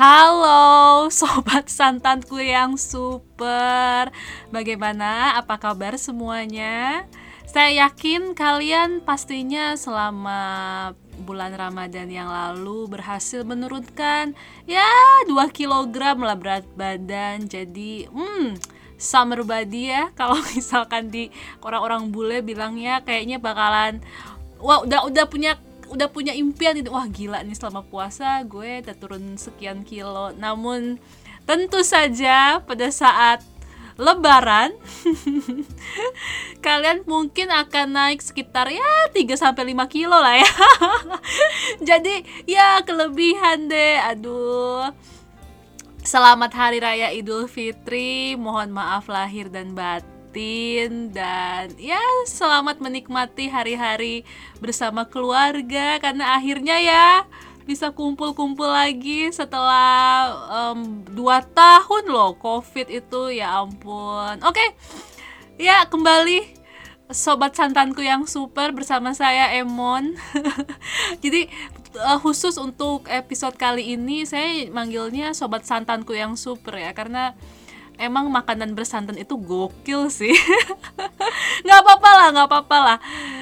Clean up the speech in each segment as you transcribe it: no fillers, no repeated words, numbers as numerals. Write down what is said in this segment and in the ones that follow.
Halo sobat santanku yang super. Bagaimana? Apa kabar semuanya? Saya yakin kalian pastinya selama bulan Ramadan yang lalu berhasil menurunkan 2 kilogram lah berat badan. Jadi summer body ya. Kalau misalkan di orang-orang bule bilangnya kayaknya bakalan udah punya impian itu, wah gila nih selama puasa gue udah turun sekian kilo. Namun tentu saja pada saat lebaran kalian mungkin akan naik sekitar 3-5 kilo lah ya. Jadi kelebihan deh. Aduh, selamat Hari Raya Idul Fitri, mohon maaf lahir dan batin. Dan selamat menikmati hari-hari bersama keluarga, karena akhirnya bisa kumpul-kumpul lagi setelah 2 tahun loh COVID itu, ya ampun. Oke, kembali sobat santanku yang super bersama saya Emon. Jadi khusus untuk episode kali ini saya manggilnya sobat santanku yang super ya, karena emang makanan bersantan itu gokil sih. Nggak apa-apa lah.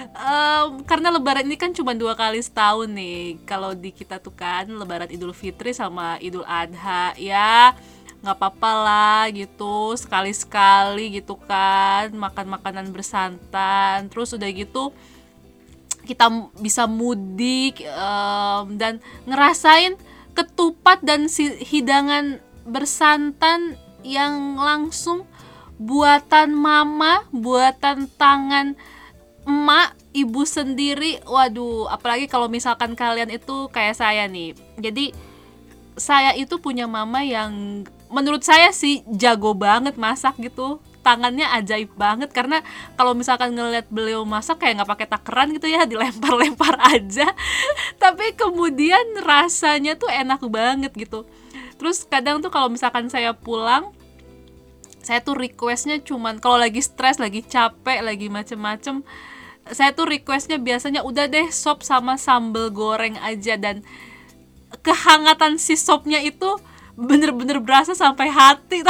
Karena lebaran ini kan cuma 2 kali setahun nih. Kalau di kita tuh kan lebaran Idul Fitri sama Idul Adha, nggak apa-apa lah gitu, sekali-sekali gitu kan makan makanan bersantan. Terus udah gitu kita bisa mudik dan ngerasain ketupat dan hidangan bersantan yang langsung buatan mama, buatan tangan emak, ibu sendiri. Waduh, apalagi kalau misalkan kalian itu kayak saya nih. Jadi saya itu punya mama yang menurut saya sih jago banget masak gitu. Tangannya ajaib banget, karena kalau misalkan ngeliat beliau masak kayak nggak pakai takeran gitu ya, dilempar-lempar aja. Tapi kemudian rasanya tuh enak banget gitu. Terus kadang tuh kalau misalkan saya pulang, saya tuh requestnya cuman kalau lagi stres, lagi capek, lagi macem-macem, saya tuh requestnya biasanya udah deh sop sama sambal goreng aja. Dan kehangatan si sopnya itu bener-bener berasa sampai hati.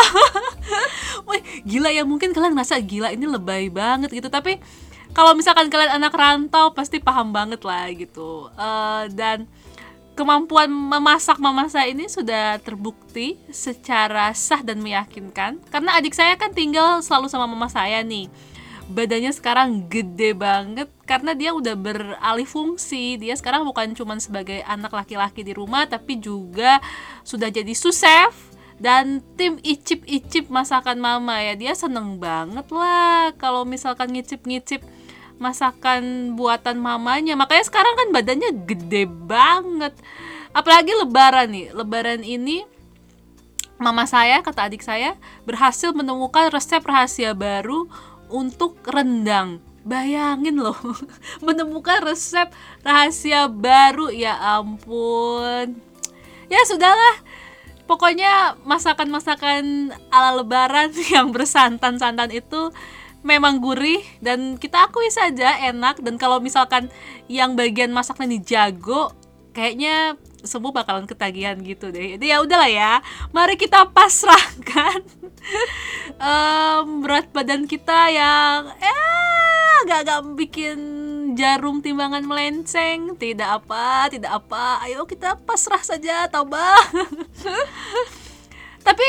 Wih, gila ya, mungkin kalian ngerasa gila ini lebay banget gitu, tapi kalau misalkan kalian anak rantau pasti paham banget lah gitu. Dan kemampuan memasak mama saya ini sudah terbukti secara sah dan meyakinkan, karena adik saya kan tinggal selalu sama mama saya nih. Badannya sekarang gede banget karena dia udah beralih fungsi. Dia sekarang bukan cuma sebagai anak laki-laki di rumah, tapi juga sudah jadi sous-chef dan tim icip-icip masakan mama ya. Dia seneng banget lah kalau misalkan ngicip-ngicip masakan buatan mamanya. Makanya sekarang kan badannya gede banget. Apalagi lebaran nih. Lebaran ini mama saya, kata adik saya, berhasil menemukan resep rahasia baru untuk rendang. Bayangin loh, menemukan resep rahasia baru. Ya ampun. Ya sudahlah. Pokoknya masakan-masakan ala lebaran yang bersantan-santan itu memang gurih dan kita akui saja enak. Dan kalau misalkan yang bagian masaknya jago, kayaknya semua bakalan ketagihan gitu deh. Jadi ya udahlah ya, mari kita pasrahkan berat badan kita yang agak-agak bikin jarum timbangan melenceng. Tidak apa, ayo kita pasrah saja, tabah. Tapi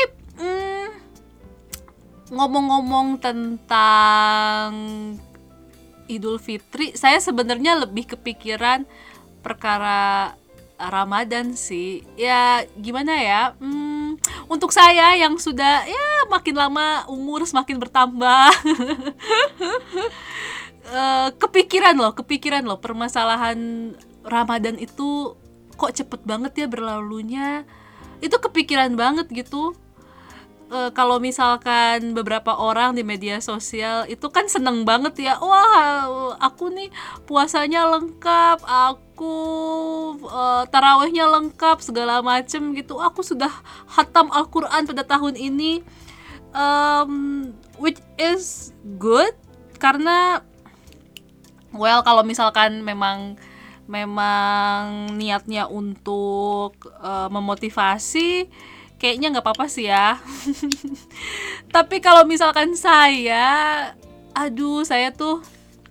ngomong-ngomong tentang Idul Fitri, saya sebenarnya lebih kepikiran perkara Ramadan sih. Ya gimana ya, untuk saya yang sudah makin lama umur semakin bertambah, kepikiran loh permasalahan Ramadan itu kok cepet banget ya berlalunya. Itu kepikiran banget gitu. Kalau misalkan beberapa orang di media sosial itu kan seneng banget ya, wah aku nih puasanya lengkap, aku tarawehnya lengkap, segala macem gitu, aku sudah khatam Al-Quran pada tahun ini, which is good karena kalau misalkan memang memang niatnya untuk memotivasi, kayaknya nggak apa-apa sih ya. Tapi kalau misalkan saya tuh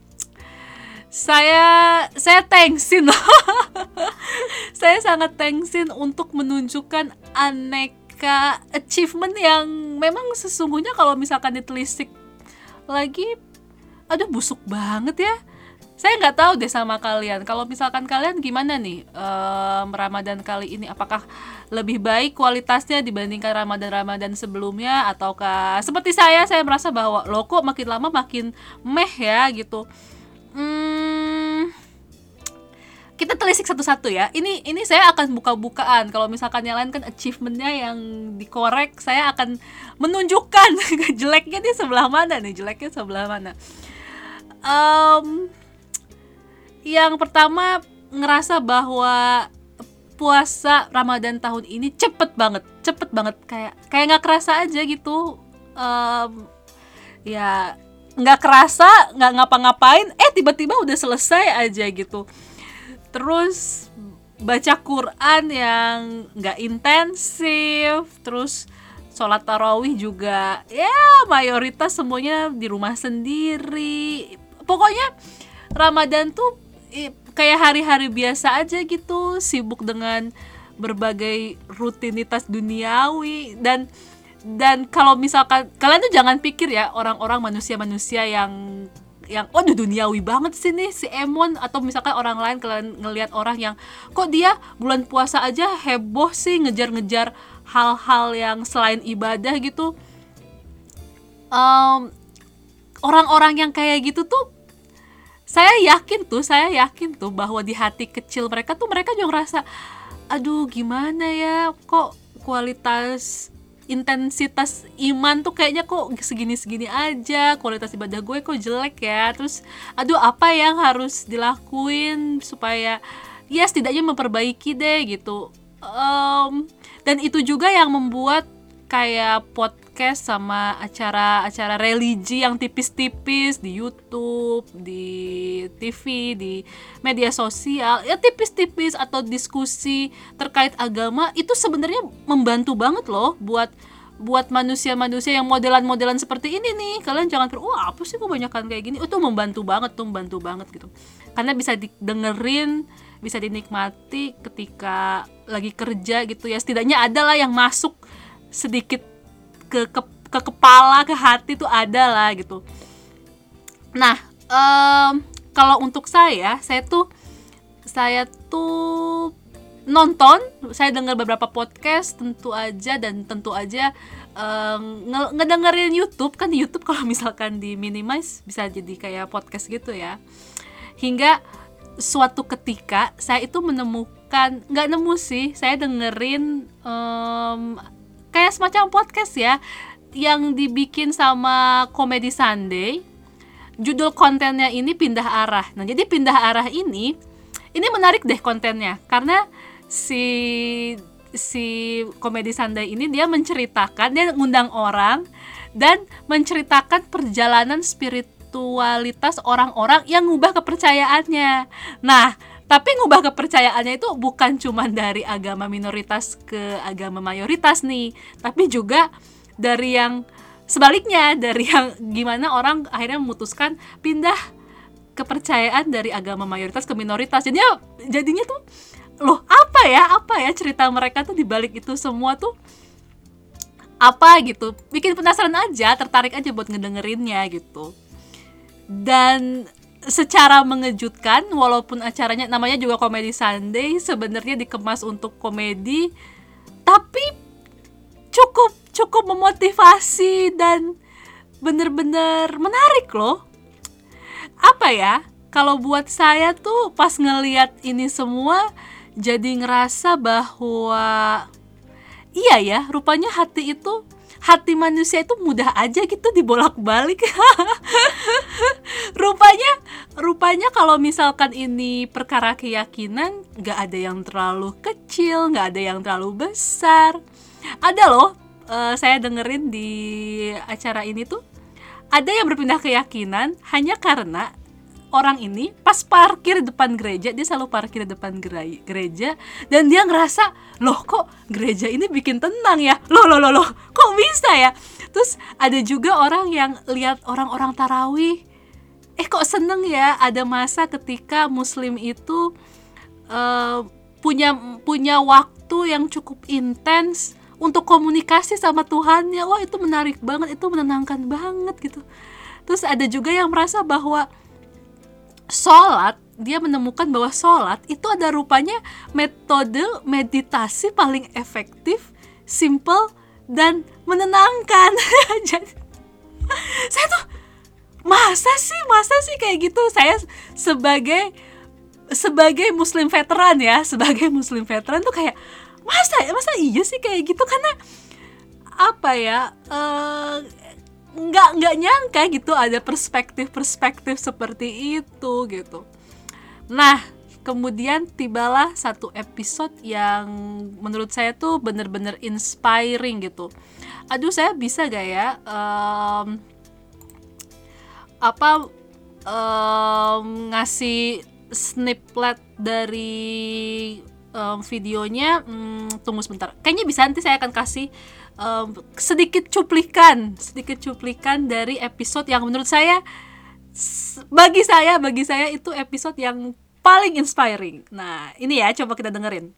saya thanksin loh. Saya sangat thanksin untuk menunjukkan aneka achievement yang memang sesungguhnya kalau misalkan ditelisik lagi, busuk banget ya. Saya nggak tahu deh sama kalian. Kalau misalkan kalian gimana nih Ramadan kali ini? Apakah lebih baik kualitasnya dibandingkan Ramadan sebelumnya? Ataukah seperti saya merasa bahwa loh kok makin lama makin meh ya gitu. Kita telisik satu-satu ya. Ini saya akan buka-bukaan. Kalau misalkan yang lain kan achievementnya yang dikorek, saya akan menunjukkan jeleknya di sebelah mana nih, Yang pertama, ngerasa bahwa puasa Ramadan tahun ini cepet banget, kayak nggak kerasa aja gitu. Ya nggak kerasa, nggak ngapa-ngapain, tiba-tiba udah selesai aja gitu. Terus baca Quran yang nggak intensif, terus sholat tarawih juga ya mayoritas semuanya di rumah sendiri. Pokoknya Ramadan tuh kayak hari-hari biasa aja gitu, sibuk dengan berbagai rutinitas duniawi. Dan kalau misalkan kalian tuh jangan pikir ya orang-orang manusia yang duniawi banget sih nih si Emon, atau misalkan orang lain kalian ngelihat orang yang kok dia bulan puasa aja heboh sih ngejar-ngejar hal-hal yang selain ibadah gitu. Orang-orang yang kayak gitu tuh saya yakin tuh bahwa di hati kecil mereka juga ngerasa gimana ya, kok kualitas intensitas iman tuh kayaknya kok segini-segini aja, kualitas ibadah gue kok jelek ya. Terus apa yang harus dilakuin supaya ya setidaknya memperbaiki deh gitu. Dan itu juga yang membuat kayak podcast sama acara-acara religi yang tipis-tipis di YouTube, di TV, di media sosial, ya tipis-tipis, atau diskusi terkait agama, itu sebenarnya membantu banget loh buat manusia-manusia yang modelan-modelan seperti ini nih. Kalian jangan pikir, apa sih kebanyakan kayak gini. Itu membantu banget gitu. Karena bisa didengerin, bisa dinikmati ketika lagi kerja gitu ya. Setidaknya ada lah yang masuk sedikit ke kepala, ke hati tuh ada lah gitu. Nah, kalau untuk saya tuh nonton, saya dengar beberapa podcast tentu aja ngedengerin YouTube. Kan di YouTube kalau misalkan di minimize bisa jadi kayak podcast gitu ya. Hingga suatu ketika saya itu saya dengerin kayak semacam podcast ya yang dibikin sama Comedy Sunday. Judul kontennya ini Pindah Arah. Nah, jadi Pindah Arah ini menarik deh kontennya, karena si Comedy Sunday ini dia ngundang orang dan menceritakan perjalanan spiritualitas orang-orang yang ngubah kepercayaannya. Nah, tapi ngubah kepercayaannya itu bukan cuma dari agama minoritas ke agama mayoritas nih, tapi juga dari yang sebaliknya, dari yang gimana orang akhirnya memutuskan pindah kepercayaan dari agama mayoritas ke minoritas. Jadinya tuh loh, apa ya cerita mereka tuh di balik itu semua tuh apa gitu. Bikin penasaran aja, tertarik aja buat ngedengerinnya gitu. Dan secara mengejutkan, walaupun acaranya namanya juga Comedy Sunday, sebenarnya dikemas untuk komedi, tapi cukup memotivasi dan bener-bener menarik loh. Apa ya, kalau buat saya tuh pas ngelihat ini semua jadi ngerasa bahwa iya ya, rupanya hati manusia itu mudah aja gitu dibolak-balik. Rupanya kalau misalkan ini perkara keyakinan, gak ada yang terlalu kecil, gak ada yang terlalu besar. Ada loh, saya dengerin di acara ini tuh, ada yang berpindah keyakinan hanya karena orang ini pas parkir di depan gereja, dia selalu parkir di depan gereja, dan dia ngerasa, loh kok gereja ini bikin tenang ya, loh kok bisa ya. Terus ada juga orang yang lihat orang-orang tarawih, kok seneng ya. Ada masa ketika muslim itu punya waktu yang cukup intens untuk komunikasi sama Tuhannya. Wah, itu menarik banget, itu menenangkan banget gitu. Terus ada juga yang merasa bahwa sholat, dia menemukan bahwa sholat itu ada rupanya metode meditasi paling efektif, simple, dan menenangkan. Jadi saya tuh masa sih kayak gitu. Saya sebagai muslim veteran tuh kayak masa iya sih kayak gitu, karena apa ya, nggak nyangka gitu ada perspektif seperti itu gitu. Nah, kemudian tibalah satu episode yang menurut saya tuh bener-bener inspiring gitu. Aduh, saya bisa gak ya ngasih snippet dari videonya. Tunggu sebentar, kayaknya bisa, nanti saya akan kasih sedikit cuplikan dari episode yang menurut saya, bagi saya itu episode yang paling inspiring. Nah, ini ya, coba kita dengerin.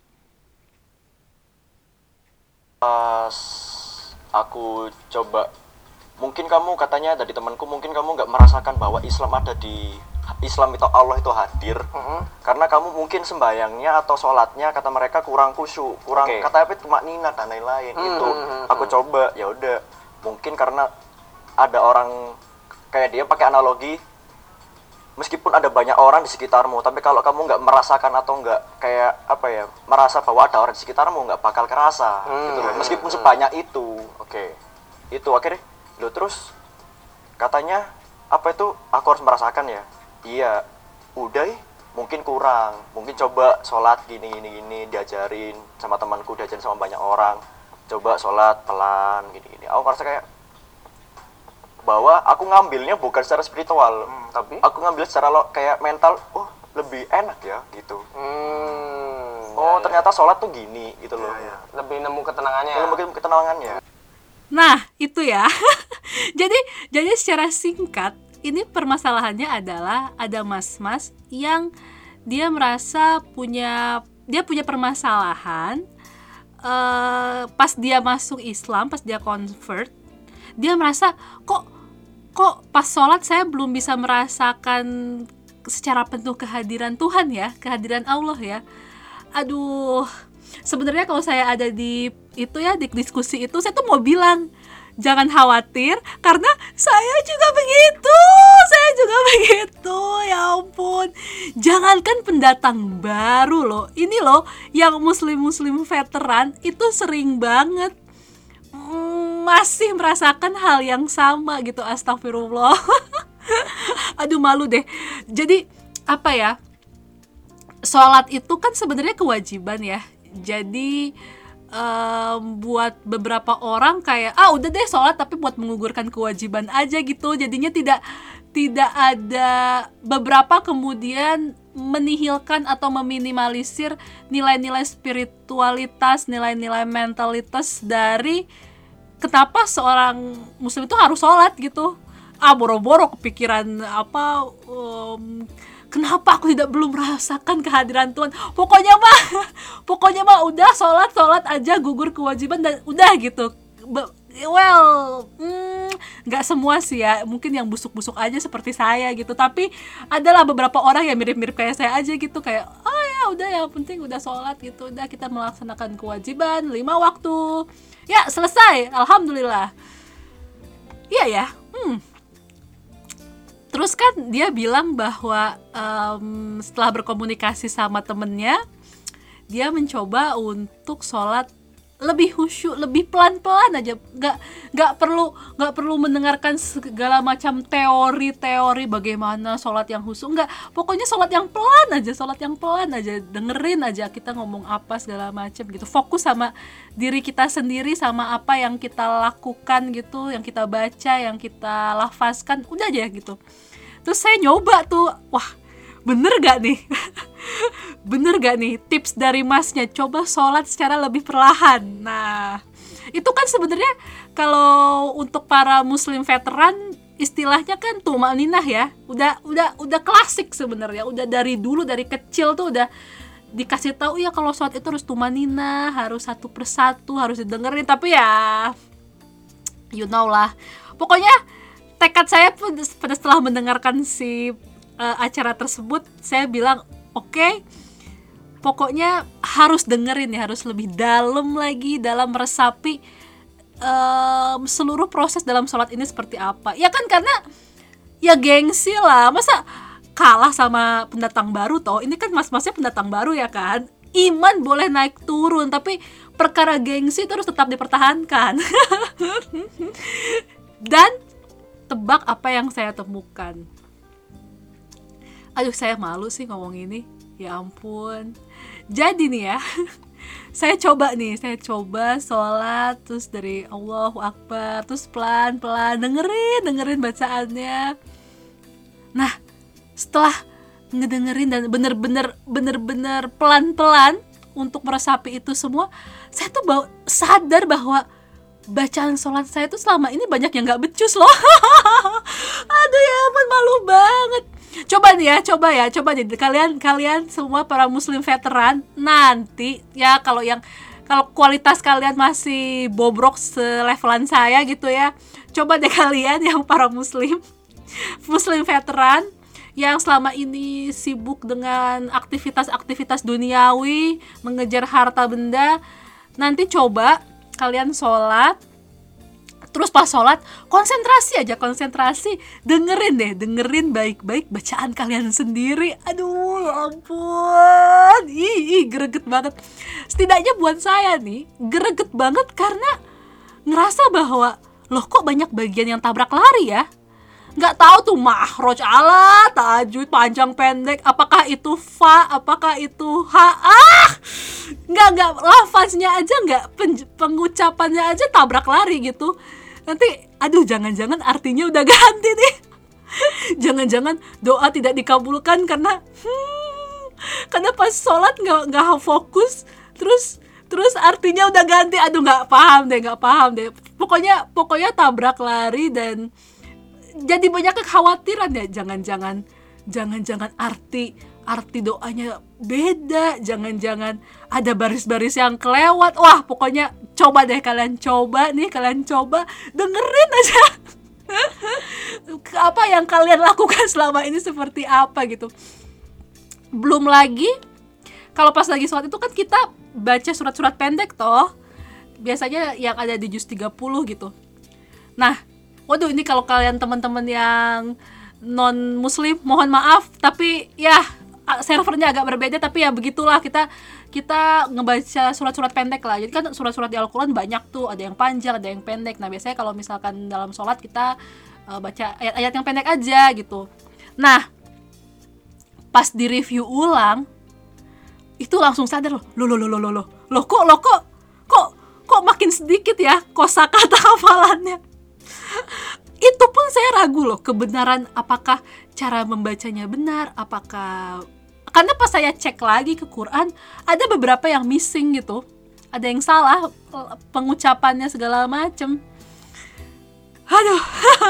Pas aku coba, mungkin kamu katanya dari temanku, mungkin kamu nggak merasakan bahwa Islam itu Allah itu hadir, karena kamu mungkin sembayangnya atau sholatnya kata mereka kurang khusyuk, kurang kata apa, cuma nina dan lain-lain. Itu aku coba, ya udah, mungkin karena ada orang kayak dia pakai analogi, meskipun ada banyak orang di sekitarmu, tapi kalau kamu nggak merasakan atau nggak kayak apa ya, merasa bahwa ada orang di sekitarmu, nggak bakal kerasa gitu loh, meskipun sebanyak itu. Itu akhirnya lo terus katanya apa itu, aku harus merasakan ya. Iya, udah mungkin kurang, mungkin coba sholat gini diajarin sama temanku, diajarin sama banyak orang, coba sholat pelan gini. Aku ngerasa kayak bahwa aku ngambilnya bukan secara spiritual, tapi aku ngambil secara kayak mental. Oh, lebih enak ya gitu. Ternyata sholat tuh gini gitu loh. Lebih nemu ketenangannya. Nah, itu ya. jadi secara singkat, ini permasalahannya adalah ada mas-mas yang dia merasa punya permasalahan pas dia masuk Islam, pas dia convert, dia merasa kok pas sholat saya belum bisa merasakan secara penuh kehadiran Tuhan ya, kehadiran Allah ya. Aduh, sebenarnya kalau saya ada di itu ya, di diskusi itu, saya tuh mau bilang jangan khawatir, karena saya juga begitu, ya ampun. Jangankan pendatang baru loh, ini loh yang muslim veteran itu sering banget masih merasakan hal yang sama gitu. Astagfirullah. Aduh, malu deh. Jadi apa ya, sholat itu kan sebenarnya kewajiban ya. Jadi buat beberapa orang kayak udah deh sholat, tapi buat mengugurkan kewajiban aja gitu. Jadinya tidak ada, beberapa kemudian menihilkan atau meminimalisir nilai-nilai spiritualitas, nilai-nilai mentalitas dari kenapa seorang muslim itu harus sholat gitu. Boro-boro kepikiran kenapa aku belum merasakan kehadiran Tuhan. Pokoknya mah udah sholat aja, gugur kewajiban dan udah gitu. Nggak semua sih ya, mungkin yang busuk-busuk aja seperti saya gitu. Tapi adalah beberapa orang yang mirip-mirip kayak saya aja gitu, kayak ya udah, yang penting udah sholat gitu, udah kita melaksanakan kewajiban 5 waktu. Ya selesai, alhamdulillah. Iya ya. Terus kan dia bilang bahwa setelah berkomunikasi sama temennya, dia mencoba untuk sholat lebih khusyuk, lebih pelan-pelan aja, nggak perlu mendengarkan segala macam teori bagaimana sholat yang khusyuk, nggak, pokoknya sholat yang pelan aja, dengerin aja kita ngomong apa segala macam gitu, fokus sama diri kita sendiri, sama apa yang kita lakukan gitu, yang kita baca, yang kita lafazkan, udah aja gitu. Terus saya nyoba tuh, wah bener gak nih? Bener gak nih tips dari masnya, coba sholat secara lebih perlahan. Nah itu kan sebenarnya kalau untuk para muslim veteran istilahnya kan tumaninah ya, udah klasik sebenarnya, udah dari dulu, dari kecil tuh udah dikasih tahu ya kalau sholat itu harus tumaninah, harus satu persatu, harus didengerin. Tapi ya you know lah, pokoknya tekad saya pun pada setelah mendengarkan si acara tersebut, saya bilang oke, pokoknya harus dengerin ya, harus lebih dalam lagi dalam meresapi seluruh proses dalam sholat ini seperti apa. Ya kan karena ya gengsi lah, masa kalah sama pendatang baru toh, ini kan mas-masnya pendatang baru ya kan. Iman boleh naik turun, tapi perkara gengsi itu harus tetap dipertahankan. Dan tebak apa yang saya temukan. Aduh saya malu sih ngomong ini, ya ampun. Jadi nih ya, saya coba sholat, terus dari Allahu Akbar, terus pelan-pelan dengerin bacaannya. Nah setelah ngedengerin dan bener-bener pelan-pelan untuk meresapi itu semua, saya tuh sadar bahwa bacaan sholat saya tuh selama ini banyak yang gak becus loh. Aduh ya ampun, malu banget. Coba nih kalian semua para muslim veteran nanti ya, kalau kualitas kalian masih bobrok selevelan saya gitu ya, coba deh kalian yang para muslim veteran yang selama ini sibuk dengan aktivitas duniawi, mengejar harta benda, nanti coba kalian sholat, terus pas sholat konsentrasi, dengerin baik-baik bacaan kalian sendiri. Aduh ya ampun, greget banget. Setidaknya buat saya nih greget banget karena ngerasa bahwa loh kok banyak bagian yang tabrak lari ya. Nggak tahu tuh mahroj ala, tajwid panjang pendek, apakah itu fa, apakah itu ha, nggak lafaznya aja, nggak pengucapannya aja tabrak lari gitu. Nanti aduh jangan-jangan artinya udah ganti nih. Jangan-jangan doa tidak dikabulkan karena pas sholat nggak fokus, terus artinya udah ganti. Aduh nggak paham deh. Pokoknya tabrak lari dan jadi banyak kekhawatiran ya, jangan-jangan arti doanya beda, jangan-jangan ada baris-baris yang kelewat. Wah pokoknya kalian coba dengerin aja apa yang kalian lakukan selama ini seperti apa gitu. Belum lagi kalau pas lagi sholat itu kan kita baca surat-surat pendek toh, biasanya yang ada di juz 30 gitu. Nah waduh, ini kalau kalian teman-teman yang non muslim mohon maaf, tapi ya servernya agak berbeda, tapi ya begitulah, kita ngebaca surat-surat pendek lah. Jadi kan surat-surat di Al-Quran banyak tuh, ada yang panjang, ada yang pendek. Nah biasanya kalau misalkan dalam sholat kita baca ayat-ayat yang pendek aja gitu. Nah pas di review ulang itu langsung sadar loh kok makin sedikit ya kosakata hafalannya. Itu pun saya ragu loh kebenaran, apakah cara membacanya benar, karena pas saya cek lagi ke Quran ada beberapa yang missing gitu, ada yang salah pengucapannya segala macem. Aduh.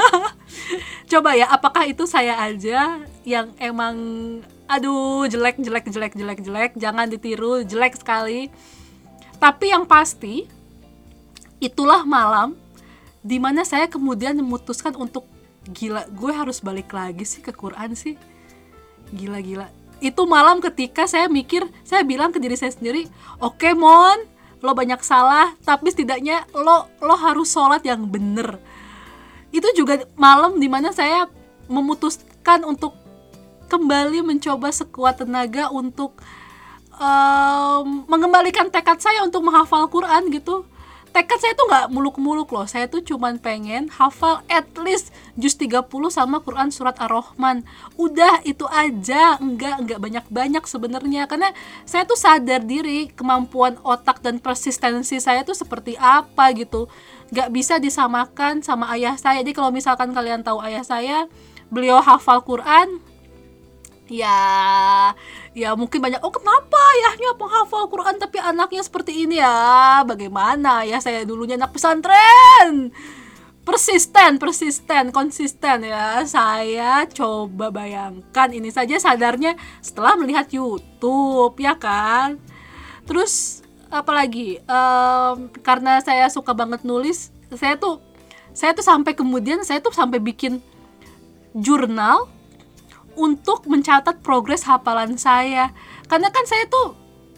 Coba ya, apakah itu saya aja yang emang jelek, jangan ditiru, jelek sekali. Tapi yang pasti itulah malam dimana saya kemudian memutuskan untuk gila, gue harus balik lagi sih ke Quran sih. Gila. Itu malam ketika saya bilang ke diri saya sendiri, oke, Mon, lo banyak salah, tapi setidaknya lo harus sholat yang bener. Itu juga malam dimana saya memutuskan untuk kembali mencoba sekuat tenaga untuk mengembalikan tekad saya untuk menghafal Quran gitu. Tekad saya tuh gak muluk-muluk loh, saya tuh cuman pengen hafal at least juz 30 sama Quran surat Ar-Rahman. Udah itu aja, enggak banyak-banyak sebenarnya, karena saya tuh sadar diri kemampuan otak dan persistensi saya tuh seperti apa gitu. Gak bisa disamakan sama ayah saya. Jadi kalau misalkan kalian tahu ayah saya, beliau hafal Quran. Ya mungkin banyak, kenapa ayahnya penghafal Quran tapi anaknya seperti ini ya? Bagaimana ya, saya dulunya anak pesantren. Persisten, konsisten ya. Saya coba bayangkan ini saja sadarnya setelah melihat YouTube, ya kan? Terus apalagi? Karena saya suka banget nulis, saya tuh sampai kemudian saya tuh sampai bikin jurnal untuk mencatat progres hafalan saya. Karena kan saya tuh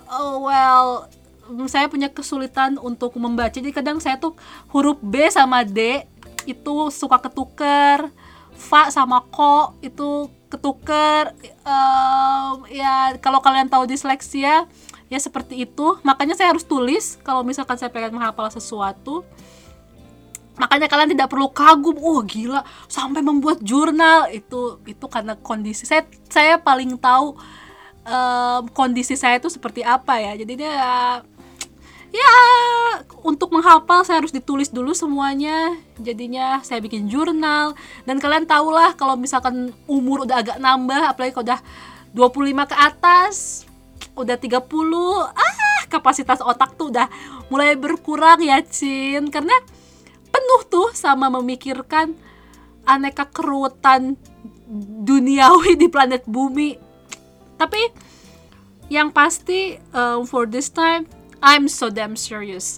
saya punya kesulitan untuk membaca. Jadi kadang saya tuh huruf B sama D itu suka ketuker, fa sama ko itu ketuker. Ya kalau kalian tahu disleksia ya seperti itu. Makanya saya harus tulis kalau misalkan saya pengen menghafal sesuatu. Makanya kalian tidak perlu kagum, gila sampai membuat jurnal. Itu karena kondisi saya paling tahu kondisi saya itu seperti apa ya. Jadinya ya untuk menghafal saya harus ditulis dulu semuanya. Jadinya saya bikin jurnal. Dan kalian tahulah kalau misalkan umur udah agak nambah, apalagi kalau udah 25 ke atas, udah 30, kapasitas otak tuh udah mulai berkurang ya, Cin. Karena penuh tuh sama memikirkan aneka keruwetan duniawi di planet bumi. Tapi yang pasti for this time I'm so damn serious.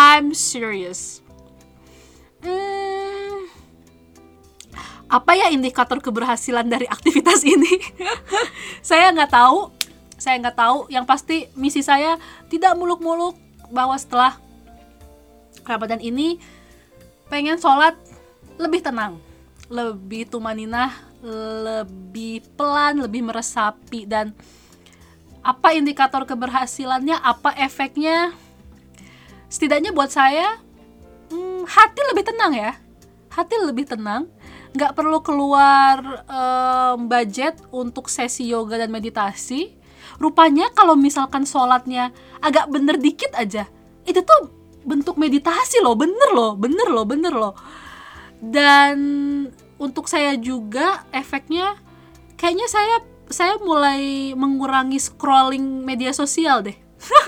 Apa ya indikator keberhasilan dari aktivitas ini? Saya nggak tahu. Yang pasti misi saya tidak muluk-muluk, bahwa setelah Ramadan ini pengen sholat lebih tenang, lebih tumaninah, lebih pelan, lebih meresapi. Dan apa indikator keberhasilannya, apa efeknya? Setidaknya buat saya hati lebih tenang ya. Hati lebih tenang, gak perlu keluar budget untuk sesi yoga dan meditasi. Rupanya kalau misalkan sholatnya agak bener dikit aja, itu tuh bentuk meditasi loh, bener loh. Dan untuk saya juga efeknya kayaknya saya mulai mengurangi scrolling media sosial deh.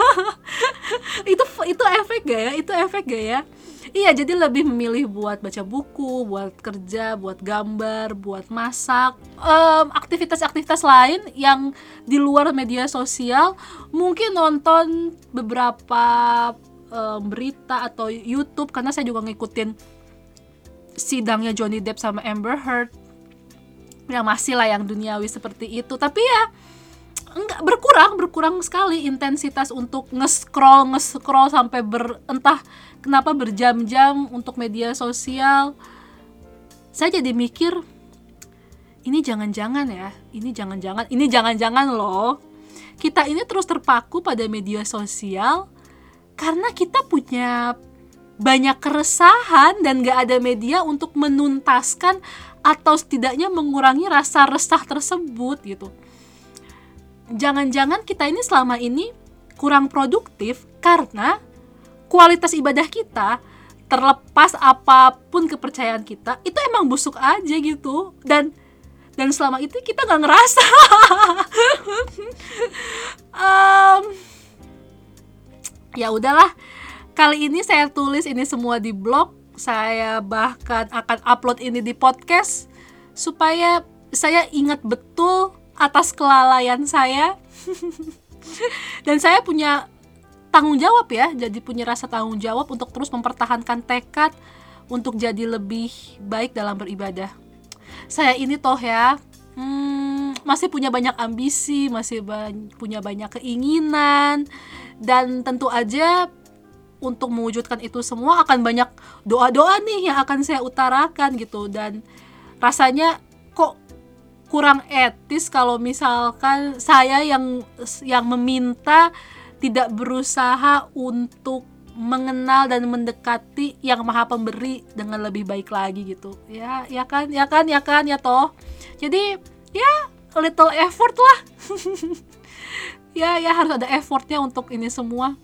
itu efek gak ya? Iya, jadi lebih memilih buat baca buku, buat kerja, buat gambar, buat masak, aktivitas-aktivitas lain yang di luar media sosial. Mungkin nonton beberapa berita atau YouTube, karena saya juga ngikutin sidangnya Johnny Depp sama Amber Heard, yang masih lah yang duniawi seperti itu. Tapi ya enggak, berkurang sekali intensitas untuk nge-scroll sampai entah kenapa berjam-jam untuk media sosial. Saya jadi mikir, ini jangan-jangan loh, kita ini terus terpaku pada media sosial karena kita punya banyak keresahan dan gak ada media untuk menuntaskan atau setidaknya mengurangi rasa resah tersebut gitu. Jangan-jangan kita ini selama ini kurang produktif karena kualitas ibadah kita, terlepas apapun kepercayaan kita, itu emang busuk aja gitu. Dan selama itu kita gak ngerasa. Ya udahlah, kali ini saya tulis ini semua di blog. Saya bahkan akan upload ini di podcast supaya saya ingat betul atas kelalaian saya. Dan saya punya tanggung jawab ya, jadi punya rasa tanggung jawab untuk terus mempertahankan tekad untuk jadi lebih baik dalam beribadah. Saya ini toh ya, masih punya banyak ambisi, masih punya banyak keinginan, dan tentu aja untuk mewujudkan itu semua akan banyak doa-doa nih yang akan saya utarakan gitu. Dan rasanya kok kurang etis kalau misalkan saya yang meminta tidak berusaha untuk mengenal dan mendekati yang Maha Pemberi dengan lebih baik lagi gitu. Ya kan toh. Jadi ya a little effort lah. ya harus ada effortnya untuk ini semua.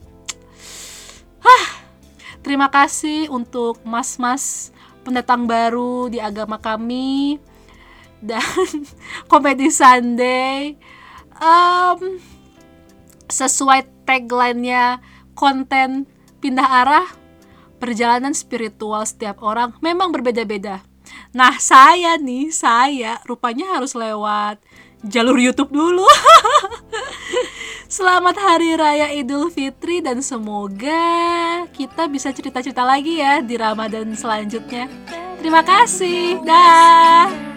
Terima kasih untuk mas-mas pendatang baru di agama kami dan Comedy Sunday sesuai tagline-nya, konten pindah arah, perjalanan spiritual setiap orang memang berbeda-beda. Nah, saya rupanya harus lewat jalur YouTube dulu. Selamat Hari Raya Idul Fitri dan semoga kita bisa cerita-cerita lagi ya di Ramadan selanjutnya. Terima kasih. Dah.